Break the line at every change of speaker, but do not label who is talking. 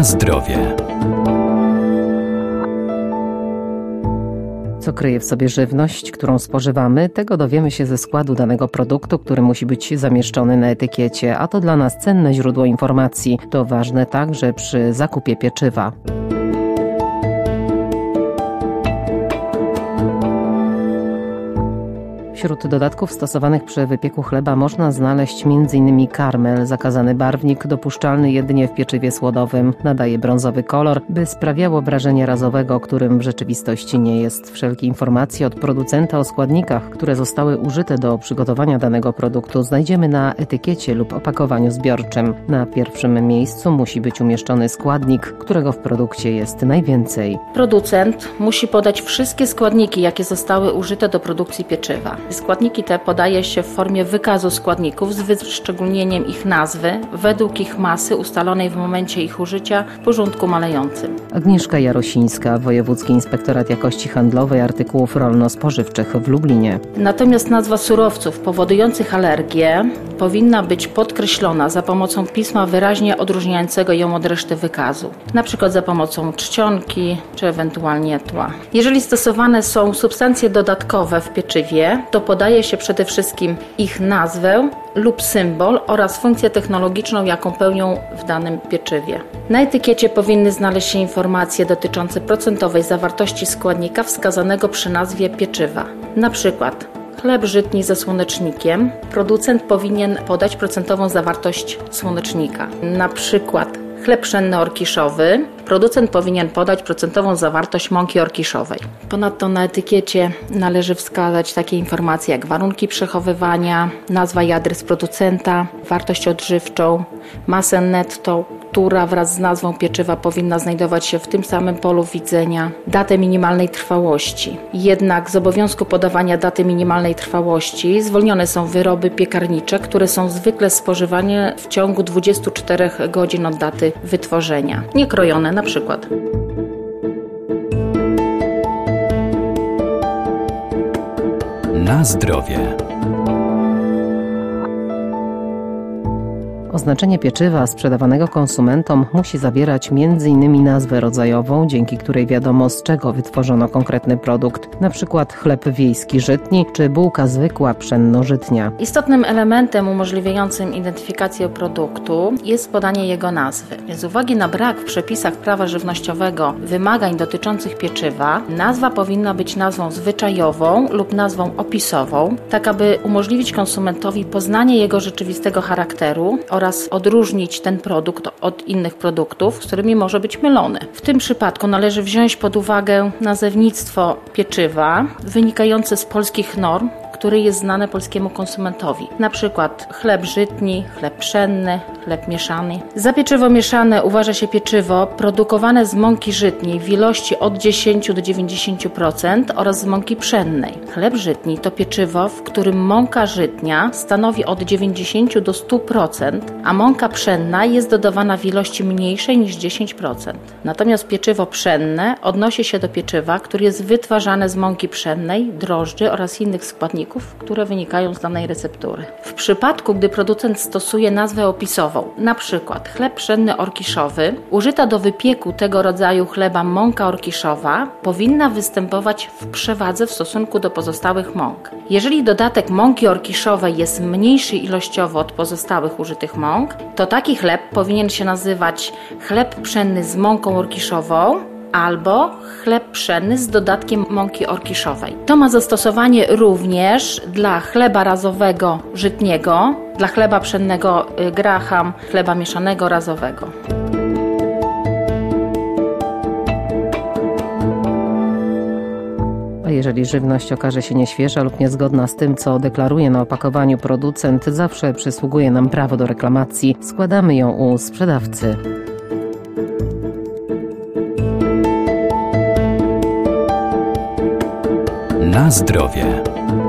Na zdrowie.
Co kryje w sobie żywność, którą spożywamy, tego dowiemy się ze składu danego produktu, który musi być zamieszczony na etykiecie, a to dla nas cenne źródło informacji. To ważne także przy zakupie pieczywa. Wśród dodatków stosowanych przy wypieku chleba można znaleźć m.in. karmel, zakazany barwnik, dopuszczalny jedynie w pieczywie słodowym. Nadaje brązowy kolor, by sprawiało wrażenie razowego, którym w rzeczywistości nie jest. Wszelkie informacje od producenta o składnikach, które zostały użyte do przygotowania danego produktu, znajdziemy na etykiecie lub opakowaniu zbiorczym. Na pierwszym miejscu musi być umieszczony składnik, którego w produkcie jest najwięcej.
Producent musi podać wszystkie składniki, jakie zostały użyte do produkcji pieczywa. Składniki te podaje się w formie wykazu składników z wyszczególnieniem ich nazwy według ich masy ustalonej w momencie ich użycia w porządku malejącym.
Agnieszka Jarosińska, Wojewódzki Inspektorat Jakości Handlowej Artykułów Rolno-Spożywczych w Lublinie.
Natomiast nazwa surowców powodujących alergię powinna być podkreślona za pomocą pisma wyraźnie odróżniającego ją od reszty wykazu, na przykład za pomocą czcionki czy ewentualnie tła. Jeżeli stosowane są substancje dodatkowe w pieczywie, to podaje się przede wszystkim ich nazwę lub symbol oraz funkcję technologiczną, jaką pełnią w danym pieczywie. Na etykiecie powinny znaleźć się informacje dotyczące procentowej zawartości składnika wskazanego przy nazwie pieczywa. Na przykład chleb żytni ze słonecznikiem. Producent powinien podać procentową zawartość słonecznika. Na przykład chleb pszenny orkiszowy. Producent powinien podać procentową zawartość mąki orkiszowej. Ponadto na etykiecie należy wskazać takie informacje jak warunki przechowywania, nazwa i adres producenta, wartość odżywczą, masę netto, która wraz z nazwą pieczywa powinna znajdować się w tym samym polu widzenia, datę minimalnej trwałości. Jednak z obowiązku podawania daty minimalnej trwałości zwolnione są wyroby piekarnicze, które są zwykle spożywane w ciągu 24 godzin od daty wytworzenia. Niekrojone na przykład.
Na zdrowie.
Oznaczenie pieczywa sprzedawanego konsumentom musi zawierać m.in. nazwę rodzajową, dzięki której wiadomo, z czego wytworzono konkretny produkt, np. chleb wiejski żytni czy bułka zwykła pszenno-żytnia.
Istotnym elementem umożliwiającym identyfikację produktu jest podanie jego nazwy. Z uwagi na brak w przepisach prawa żywnościowego wymagań dotyczących pieczywa, nazwa powinna być nazwą zwyczajową lub nazwą opisową, tak aby umożliwić konsumentowi poznanie jego rzeczywistego charakteru oraz odróżnić ten produkt od innych produktów, z którymi może być mylony. W tym przypadku należy wziąć pod uwagę nazewnictwo pieczywa wynikające z polskich norm, który jest znany polskiemu konsumentowi. Na przykład chleb żytni, chleb pszenny, chleb mieszany. Za pieczywo mieszane uważa się pieczywo produkowane z mąki żytniej w ilości od 10 do 90% oraz z mąki pszennej. Chleb żytni to pieczywo, w którym mąka żytnia stanowi od 90 do 100%, a mąka pszenna jest dodawana w ilości mniejszej niż 10%. Natomiast pieczywo pszenne odnosi się do pieczywa, które jest wytwarzane z mąki pszennej, drożdży oraz innych składników, które wynikają z danej receptury. W przypadku, gdy producent stosuje nazwę opisową, na przykład chleb pszenny orkiszowy, użyta do wypieku tego rodzaju chleba mąka orkiszowa powinna występować w przewadze w stosunku do pozostałych mąk. Jeżeli dodatek mąki orkiszowej jest mniejszy ilościowo od pozostałych użytych mąk, to taki chleb powinien się nazywać chleb pszenny z mąką orkiszową albo chleb pszenny z dodatkiem mąki orkiszowej. To ma zastosowanie również dla chleba razowego żytniego, dla chleba pszennego graham, chleba mieszanego razowego.
A jeżeli żywność okaże się nieświeża lub niezgodna z tym, co deklaruje na opakowaniu producent, zawsze przysługuje nam prawo do reklamacji. Składamy ją u sprzedawcy.
Na zdrowie.